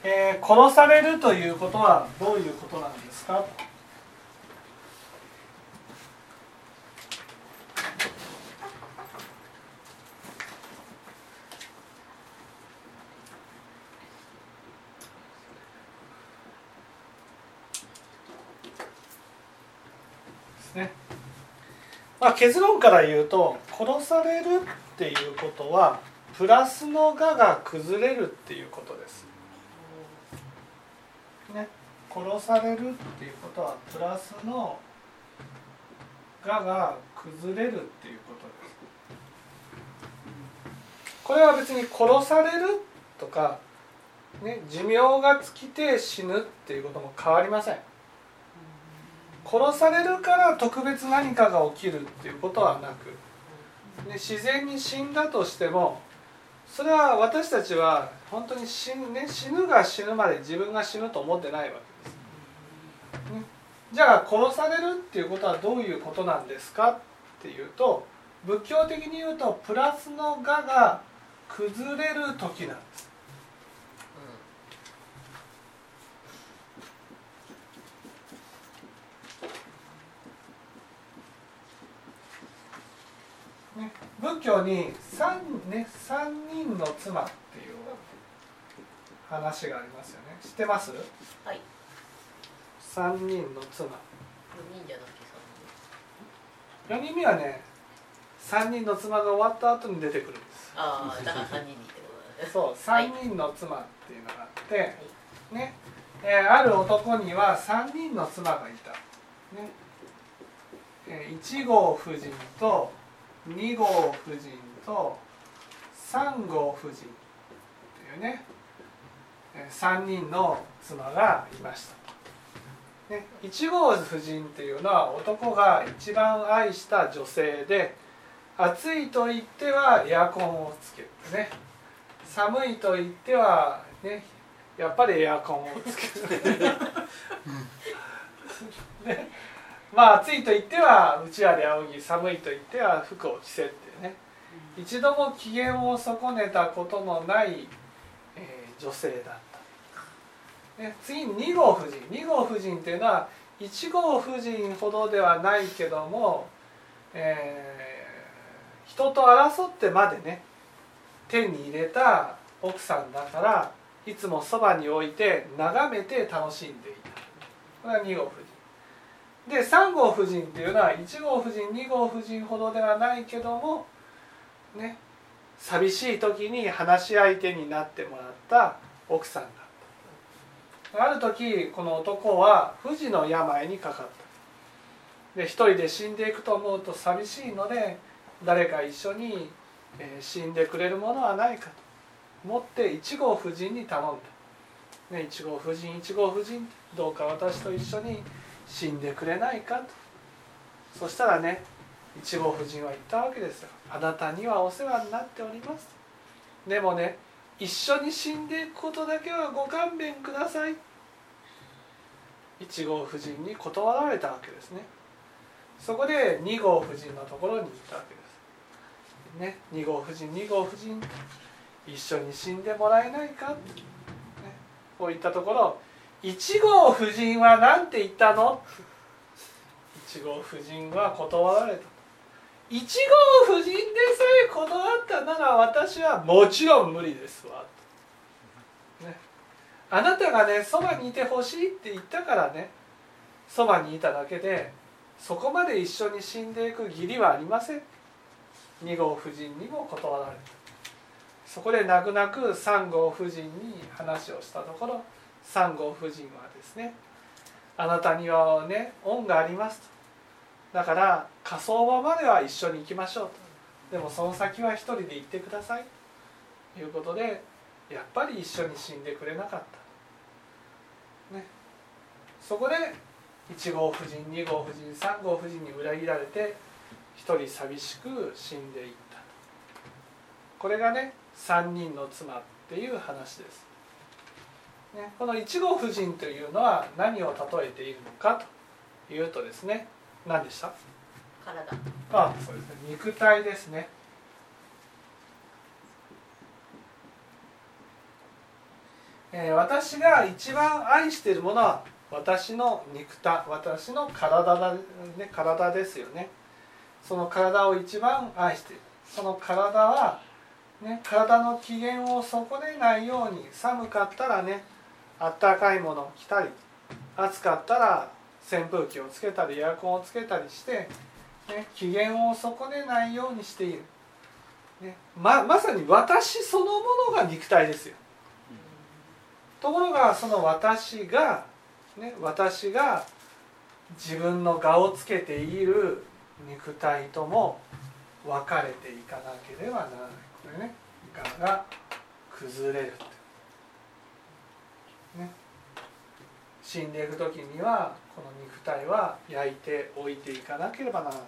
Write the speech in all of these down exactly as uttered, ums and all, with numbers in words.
えー、殺されるということはどういうことなんですか？ですね。まあ、結論から言うと、殺されるっていうことはプラスの我が崩れるっていうことです。ね、殺されるっていうことはプラスの我が崩れるっていうことです。これは別に殺されるとか、ね、寿命が尽きて死ぬっていうことも変わりません。殺されるから特別何かが起きるっていうことはなく、ね、自然に死んだとしても、それは私たちは本当に死ぬ、ね、死ぬが死ぬまで自分が死ぬと思ってないわけです、ね、じゃあ殺されるっていうことはどういうことなんですかっていうと、仏教的に言うとプラスの我が崩れる時なんです。ね、仏教に 3,、ね、さんにんの妻っていう話がありますよね。知ってます？ はい。 さんにんの妻。 よにんじゃなくてさんにん。 よにんめはね、さんにんの妻が終わった後に出てくるんです。 ああ、だからさんにんにってことだね。 そう、さんにんの妻っていうのがあって、はい、ね、えー、ある男にはさんにんの妻がいた。ね、えー、いち号夫人とに号夫人とさん号夫人っていうね、さんにんの妻がいました、ね、いち号夫人っていうのは男が一番愛した女性で、暑いと言ってはエアコンをつけるね、寒いと言ってはね、やっぱりエアコンをつけるね、まあ暑いと言ってはうちわで仰ぎ、寒いと言っては服を着せってね、一度も機嫌を損ねたことのない、えー、女性だった、ね、次にに号夫人。に号夫人っていうのはいち号夫人ほどではないけども、えー、人と争ってまでね手に入れた奥さんだから、いつもそばに置いて眺めて楽しんでいた。これはに号夫人で、さん号夫人っていうのはいち号夫人に号夫人ほどではないけどもね、寂しい時に話し相手になってもらった奥さんだった。ある時この男は不治の病にかかった。で、一人で死んでいくと思うと寂しいので、誰か一緒に死んでくれるものはないかと思っていち号夫人に頼んだ、ね、いち号夫人いち号夫人、どうか私と一緒に死んでくれないかと。そしたらね、いち号夫人は言ったわけですよ。あなたにはお世話になっております。でもね、一緒に死んでいくことだけはご勘弁ください。いち号夫人に断られたわけですね。そこでに号夫人のところに行ったわけです。ね、に号夫人、に号夫人、一緒に死んでもらえないか、ね、こう言ったところ、いち号夫人は何て言ったの？いち号夫人は断られた。いち号夫人でさえ断ったなら私はもちろん無理ですわ、ね、あなたがねそばにいてほしいって言ったからねそばにいただけで、そこまで一緒に死んでいく義理はありません。に号夫人にも断られた。そこで泣く泣くさん号夫人に話をしたところ、さん号夫人はですね、あなたにはね恩がありますと。だから火葬場までは一緒に行きましょうと。でもその先は一人で行ってくださいということで、やっぱり一緒に死んでくれなかった、ね、そこでいち号夫人、に号夫人、さん号夫人に裏切られて一人寂しく死んでいった。これがねさんにんの妻っていう話です、ね、このいち号夫人というのは何を例えているのかというとですね、何でした？ 体。 あ、そうですね、肉体ですね。 えー、私が一番愛しているものは私の肉体、私の体だ、ね、体ですよね。その体を一番愛している。その体は、ね、体の機嫌を損ねないように、寒かったらねあったかいものを着たり、暑かったら扇風機をつけたりエアコンをつけたりして、ね、機嫌を損ねないようにしている、ね、ま, まさに私そのものが肉体ですよ。ところがその私が、ね、私が自分の我をつけている肉体とも分かれていかなければならない。これね、我が崩れるって、ね、死んでいく時にはこの肉体は焼いておいていかなければならない。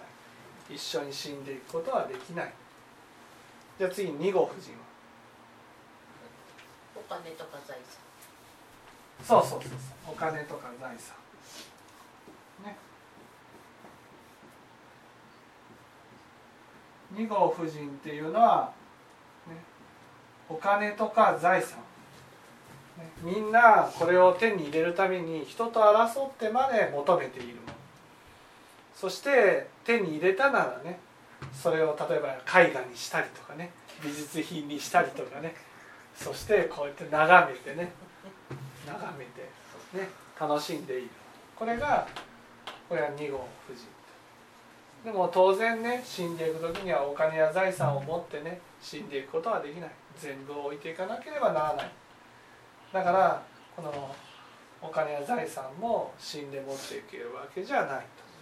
一緒に死んでいくことはできない。じゃあ次に号夫人はお金とか財産。 そうそうそうそう、お金とか財産ね。に号夫人っていうのは、ね、お金とか財産、ね、みんなこれを手に入れるために人と争ってまで求めているもの。そして手に入れたならね、それを例えば絵画にしたりとかね、美術品にしたりとかね、そしてこうやって眺めてね眺めて、ね、楽しんでいる。これがこれはに号夫人。でも当然ね、死んでいく時にはお金や財産を持ってね死んでいくことはできない。全部置いていかなければならない。だからこのお金や財産も死んで持っていけるわけじゃないと、ね、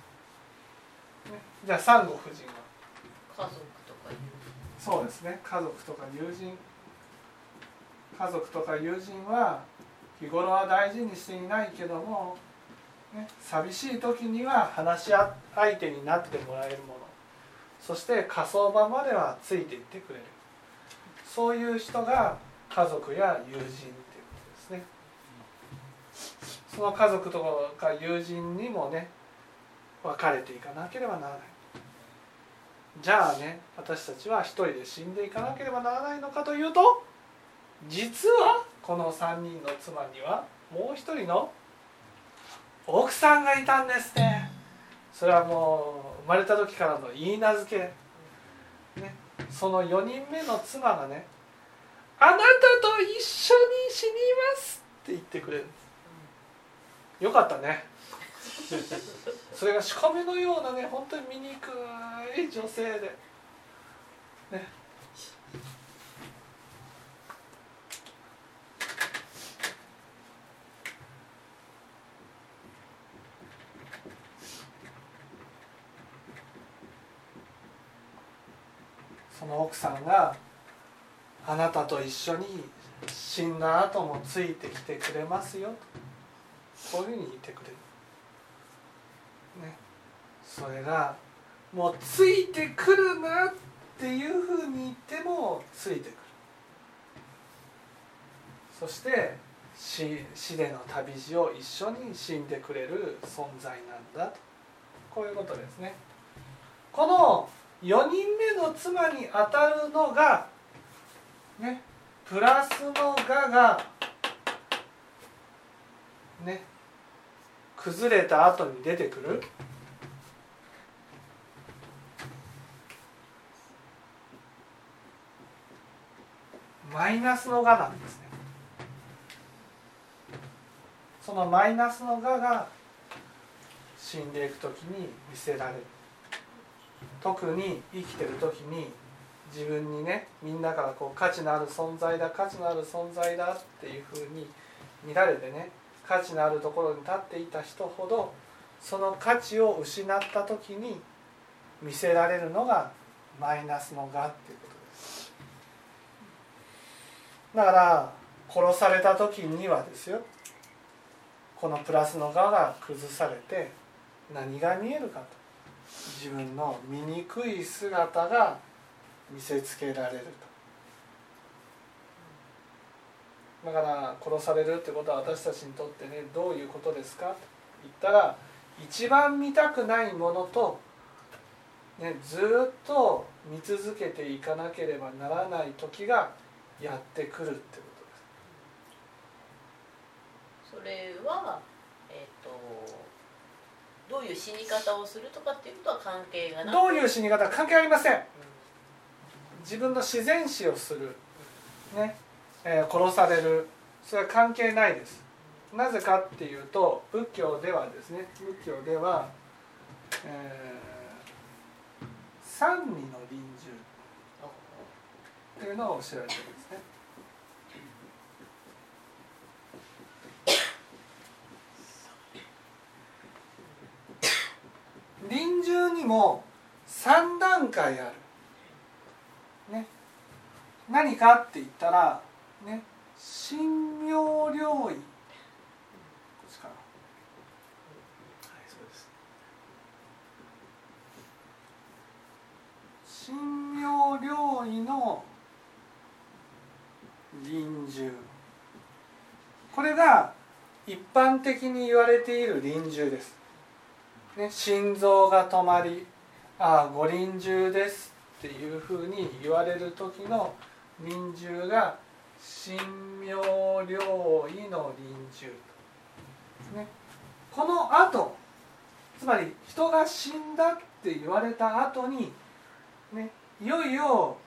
じゃあさん号夫人は家族とか友人。そうですね、家族とか友人。家族とか友人は日頃は大事にしていないけども、ね、寂しい時には話し相手になってもらえるもの、そして火葬場まではついていってくれる、そういう人が家族や友人ということですね。その家族とか友人にもね分かれていかなければならない。じゃあね、私たちは一人で死んでいかなければならないのかというと、実はこのさんにんの妻にはもう一人の奥さんがいたんですね。それはもう生まれた時からの言い名付け、ね、そのよにんめの妻がね、あなたと一緒に死にますって言ってくれるんです。よかったね。それがしかめのようなね、本当に醜い女性でね、その奥さんがあなたと一緒に死んだ後もついてきてくれますよと、こういうふうに言ってくれる、ね、それがもうついてくるなっていうふうに言ってもついてくる。そして死、死での旅路を一緒に死んでくれる存在なんだと、こういうことですね。このよにんめの妻にあたるのが、ね、プラスの我が、ね、崩れた後に出てくるマイナスの我なんですね。そのマイナスの我が死んでいくときに見せられる。特に生きてる時に自分にね、みんなからこう価値のある存在だ価値のある存在だっていうふうに見られてね、価値のあるところに立っていた人ほどその価値を失った時に見せられるのがマイナスの我っていうことです。だから殺された時にはですよ、このプラスの我が崩されて何が見えるかと、自分の醜い姿が見せつけられると。だから殺されるってことは私たちにとってね、どういうことですかと言ったら、一番見たくないものと、ね、ずっと見続けていかなければならない時がやってくるってことです。 れは、えー、とどういう死に方をするとかっていうことは関係がなく、 どういう死に方は関係ありません。自分の自然死をする、ねえー、殺される、それは関係ないです。なぜかっていうと、仏教ではですね、仏教では、えー、三味の臨終というのを教えられているんですね。臨終にもさん段階ある、ね、何かって言ったら、ね、神妙領位、こっちかな、はい、そうです。神妙領位の臨終、これが一般的に言われている臨終です。ね、心臓が止まり、ああご臨終ですっていうふうに言われる時の臨終が神妙領位の臨終、ね、この後、つまり人が死んだって言われた後に、ね、いよいよ、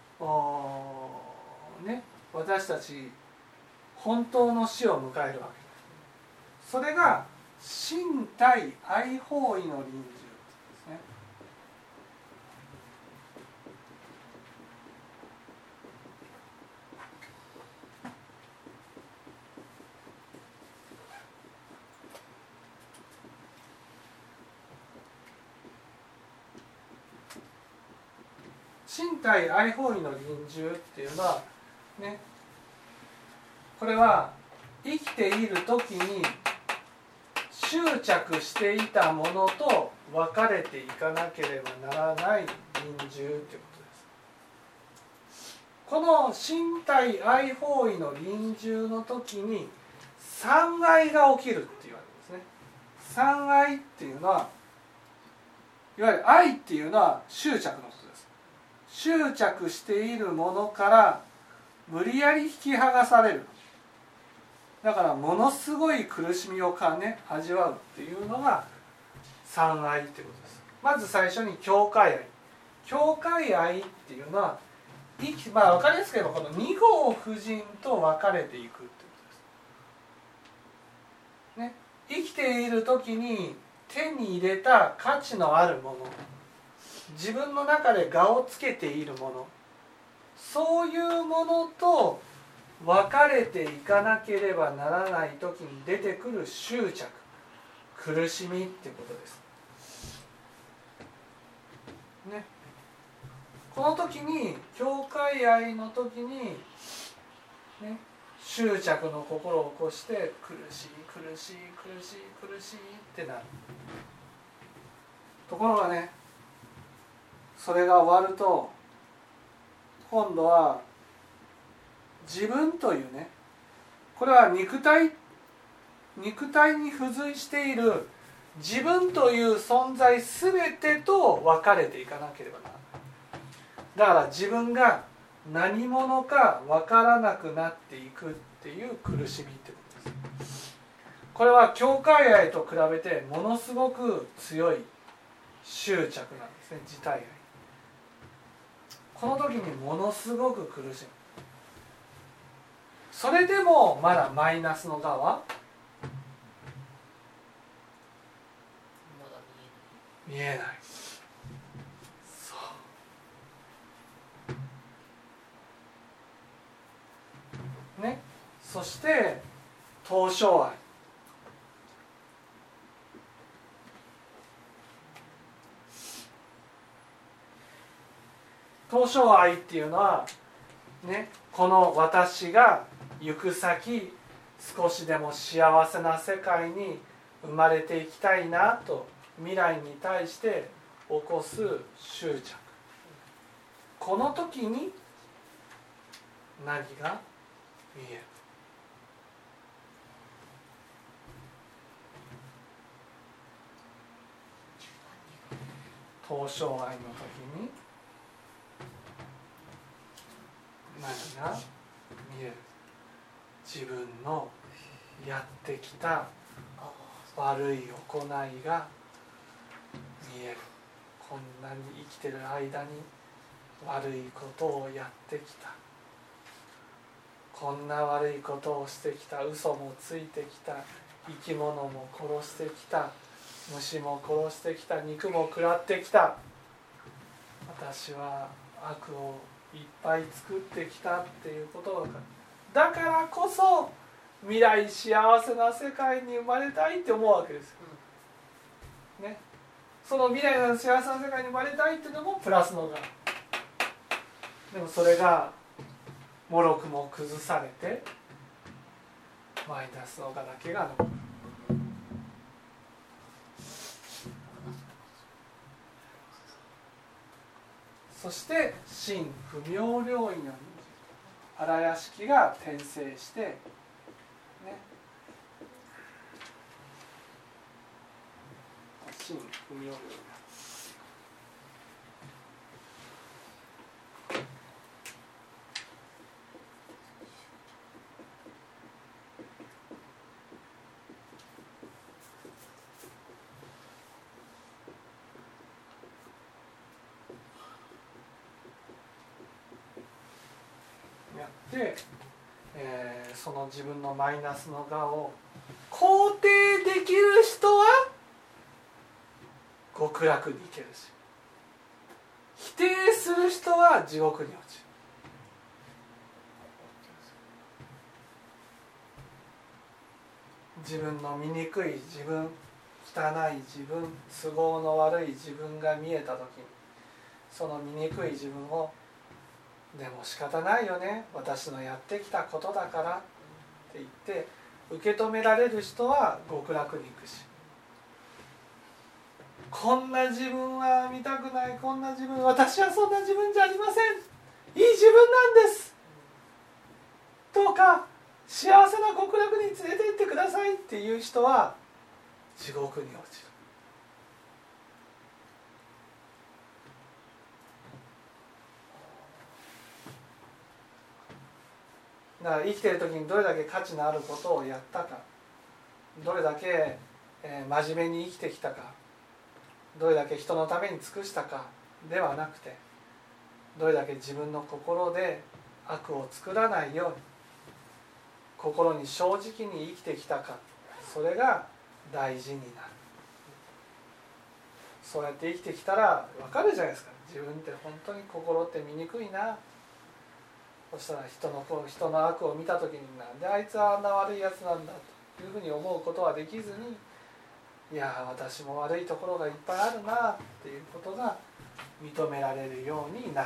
ね、私たち本当の死を迎えるわけです。それが身体愛法位の臨終ですね。身体愛法位の臨終っていうのはね、これは生きている時に執着していたものと別れていかなければならない臨終ということです。この身体愛法位の臨終の時に三愛が起きるっていうわけですね。三愛っていうのは、いわゆる愛っていうのは執着のことです。執着しているものから無理やり引き剥がされる。だからものすごい苦しみをかね味わうっていうのが三愛っていうことです。まず最初に境界愛。境界愛っていうのは、まあ分かりやすく言えばこの二号夫人と別れていくってことです。ね、生きている時に手に入れた価値のあるもの、自分の中で我をつけているもの、そういうものと別れていかなければならない時に出てくる執着、苦しみっていうことです、ね、この時に境界愛の時に、ね、執着の心を起こして苦しい苦しい苦しい苦しいってなる。ところがね、それが終わると今度は自分というね、これは肉体肉体に付随している自分という存在全てと別れていかなければならない。だから自分が何者か分からなくなっていくっていう苦しみってことです。これは境界愛と比べてものすごく強い執着なんですね、自体愛。この時にものすごく苦しむ。それでもまだマイナスの側は見えない。そうね。そして闘争愛。闘争愛っていうのはね、この私が行く先少しでも幸せな世界に生まれていきたいなと未来に対して起こす執着。この時に何が見える。闘争愛の時に何が見える。自分のやってきた悪い行いが見える。こんなに生きてる間に悪いことをやってきた、こんな悪いことをしてきた、嘘もついてきた、生き物も殺してきた、虫も殺してきた、肉も食らってきた、私は悪をいっぱい作ってきたっていうことが分かる。だからこそ未来幸せな世界に生まれたいって思うわけですよ、ね、その未来の幸せな世界に生まれたいっていうのもプラスのが、でもそれがもろくも崩されてマイナスのがだけが残る。そして真不明瞭因の荒屋敷が転生してね、真不明瞭因やって、えー、その自分のマイナスの我を肯定できる人は極楽に行けるし、否定する人は地獄に落ちる。自分の醜い自分、汚い自分、都合の悪い自分が見えた時に、その醜い自分をでも仕方ないよね、私のやってきたことだからって言って受け止められる人は極楽に行くし、こんな自分は見たくない、こんな自分、私はそんな自分じゃありません、いい自分なんですとか、幸せな極楽に連れて行ってくださいっていう人は地獄に落ちる。だから生きている時にどれだけ価値のあることをやったか、どれだけ、えー、真面目に生きてきたか、どれだけ人のために尽くしたかではなくて、どれだけ自分の心で悪を作らないように心に正直に生きてきたか、それが大事になる。そうやって生きてきたら分かるじゃないですか、自分って本当に心って醜いな。そしたら人の人の悪を見た時に、なんであいつはあんな悪いやつなんだというふうに思うことはできずに、いや私も悪いところがいっぱいあるなっていうことが認められるようになる。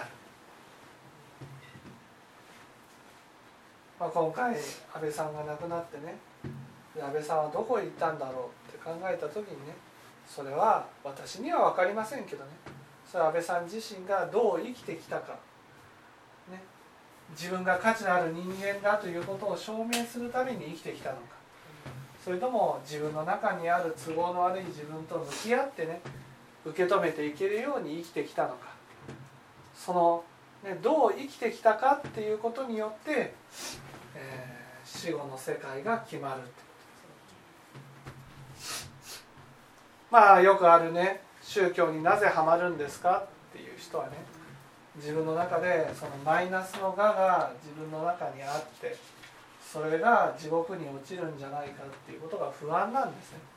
まあ、今回安倍さんが亡くなってね、安倍さんはどこへ行ったんだろうって考えた時にね、それは私には分かりませんけどね、それは安倍さん自身がどう生きてきたか、ね、自分が価値のある人間だということを証明するために生きてきたのか、それとも自分の中にある都合の悪い自分と向き合ってね、受け止めていけるように生きてきたのか、その、ね、どう生きてきたかっていうことによって、えー、死後の世界が決まるってことです。まあよくあるね、宗教になぜハマるんですかっていう人はね、自分の中でそのマイナスの我が自分の中にあって、それが地獄に落ちるんじゃないかっていうことが不安なんですね。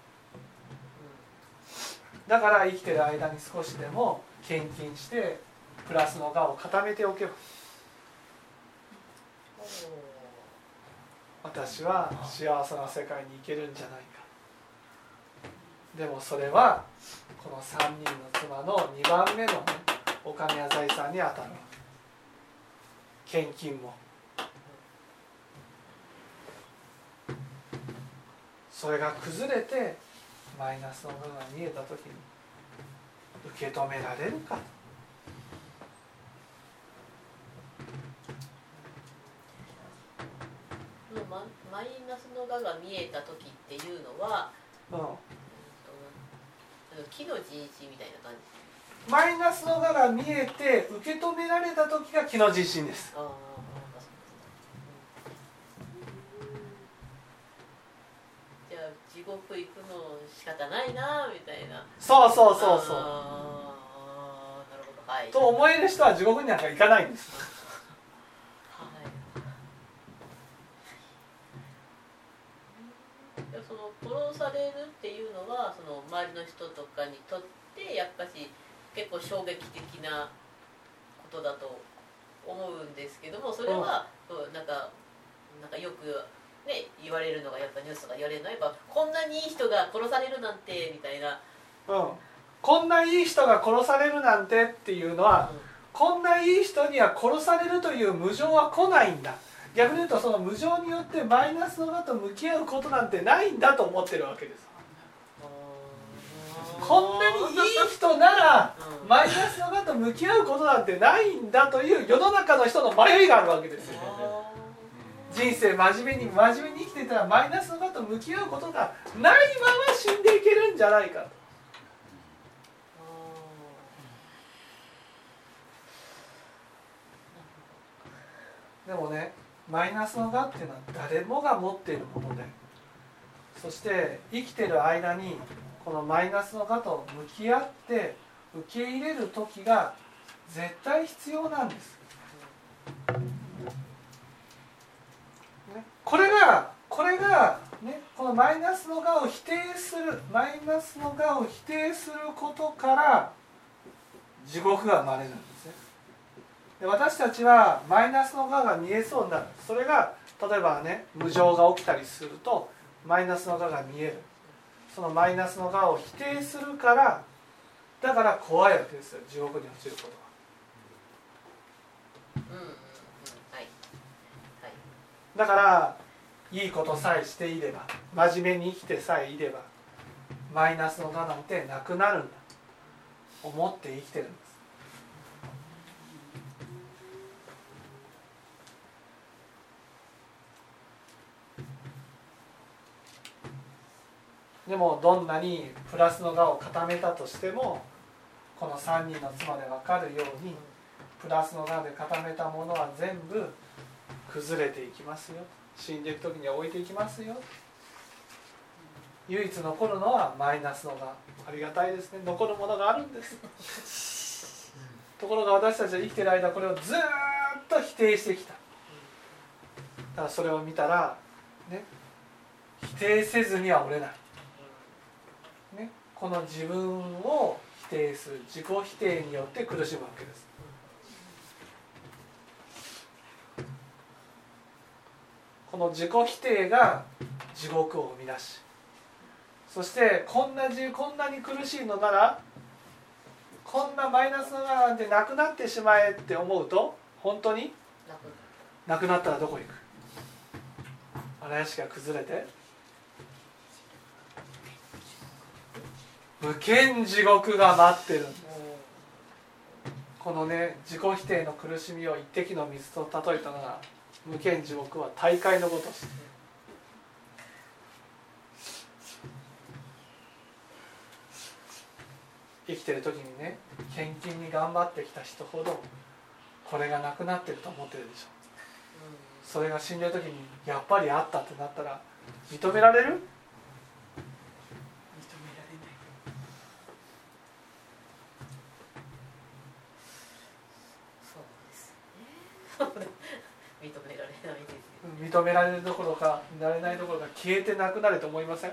だから生きてる間に少しでも献金してプラスの我を固めておけば、私は幸せな世界に行けるんじゃないか。でもそれはこのさんにんの妻のにばんめの、ね、お金や財産に当たる。献金もそれが崩れてマイナスのものが見えた時に受け止められるか。 マ, マイナスの我が見えた時っていうのは、うん、木の人心みたいな感じ。 マイナスの我が見えて受け止められた時が木の人心です。 あ、 地獄行くの仕方ないなみたいな。 そうそうそうそう。 ああ、なるほど、はい。 と思える人は地獄になんか行かないんです。 はい。でその殺されるっていうのはその周りの人とかにとってやっぱし結構衝撃的なことだと思うんですけども、それは、うん、なんかなんかよくね言われるのがやっぱニュースとか言われるのはやっぱこんなにいい人が殺されるなんてみたいな、 うん、こんないい人が殺されるなんてっていうのは、うん、こんないい人には殺されるという無常は来ないんだ。逆に言うとその無常によってマイナスのがと向き合うことなんてないんだと思ってるわけです。こんなにいい人ならマイナスのがと向き合うことなんてないんだという世の中の人の迷いがあるわけですよ。人生真面目に真面目に生きていたらマイナスのがと向き合うことがないまま死んでいけるんじゃないかと。でもね、マイナスのがっていうのは誰もが持っているもので、そして生きている間にこのマイナスのがと向き合って受け入れる時が絶対必要なんです、ね、これがこれが、ね、このマイナスのがを否定するマイナスのがを否定することから地獄が生まれるんですね。で、私たちはマイナスのがが見えそうになる。それが例えばね、無常が起きたりするとマイナスのがが見える。そのマイナスのがを否定するから、だから怖いわけですよ、地獄に落ちることは。 うんうんうん、はいはい、 だからいいことさえしていれば、真面目に生きてさえいればマイナスのがなんてなくなるんだ思って生きてるんです。でもどんなにプラスのがを固めたとしても、このさんにんの妻で分かるようにプラスのがで固めたものは全部崩れていきますよ。死んでいく時には置いていきますよ。唯一残るのはマイナスのが。ありがたいですね、残るものがあるんですところが私たちは生きている間これをずっと否定してきた。だからそれを見たら、ね、否定せずにはおれない、ね、この自分を否定する自己否定によって苦しむわけです。この自己否定が地獄を生み出し、そしてこんなじこんなに苦しいのならこんなマイナスのがなんてなくなってしまえって思うと、本当になくなったらどこへ行く。荒屋敷が崩れて無間地獄が待ってるんです。このね、自己否定の苦しみを一滴の水と例えたのが、無間地獄は大海のごとし。生きてる時にね、献金に頑張ってきた人ほどこれがなくなってると思ってるでしょ。それが死んでる時にやっぱりあったってなったら認められる？認められない。 そうですね認められないですよ。 認められるどころかなれないどころか消えてなくなると思いません？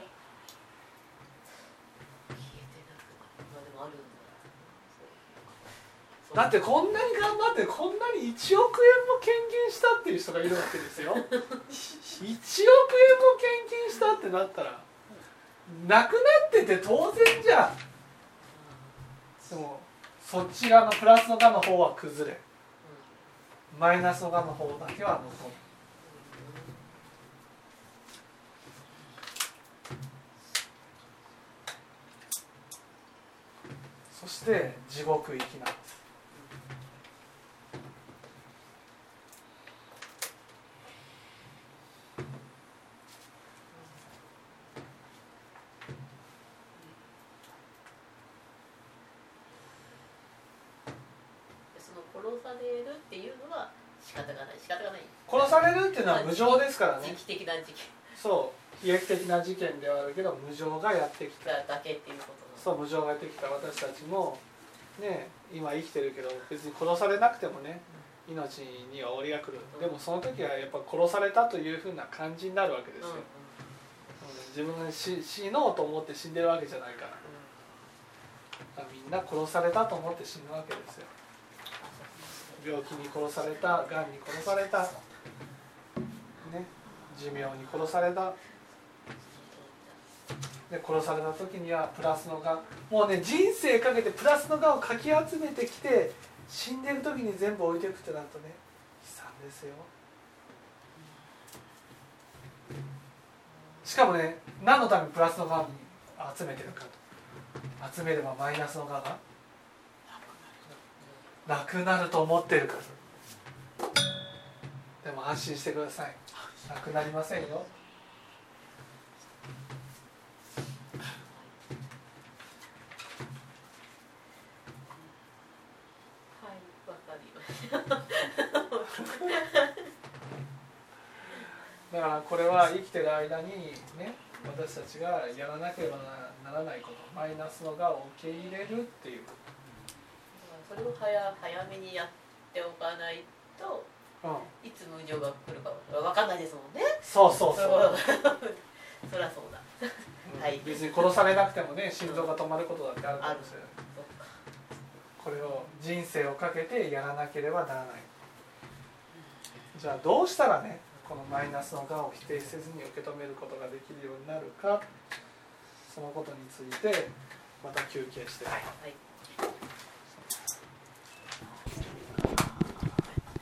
だってこんなに頑張ってこんなにいちおくえんも献金したっていう人がいるわけですよいちおくえんも献金したってなったらなくなってて当然じゃん。でもそっち側のプラスのがの方は崩れ、マイナスのがの方だけは残る。そして地獄行きなんです。 殺されるっていうのは仕方がない仕方がない殺されるっていうのは無常ですからね。 時期的な時期。 そそう悲劇的な事件ではあるけど無常がやってきただけっていうことなの。 そう無常がやってきた私たちもね今生きてるけど別に殺されなくてもね命には折が来る。でもその時はやっぱ殺されたというふうな感じになるわけですよ、うんうん、自分が 死, 死のうと思って死んでるわけじゃないから、うん、みんな殺されたと思って死ぬわけですよ。病気に殺された、がんに殺された、ね、寿命に殺された。で殺された時にはプラスのがもうね人生かけてプラスのがをかき集めてきて死んでる時に全部置いていくってなるとね悲惨ですよ。しかもね何のためにプラスのがに集めてるかと集めればマイナスのががなくなると思ってるから。でも安心してください、なくなりませんよ。だからこれは生きてる間にね私たちがやらなければならないことマイナスのがを受け入れるっていうそれを早早めにやっておかないと、うん、いつ無常が来るか分かんないですもんね。 そうそうそうそりゃそうだ、 うんはい、別に殺されなくてもね心臓が止まることだってあるかもしれない、これを人生をかけてやらなければならない。じゃあどうしたらねこのマイナスのがを否定せずに受け止めることができるようになるか、そのことについてまた休憩して、はい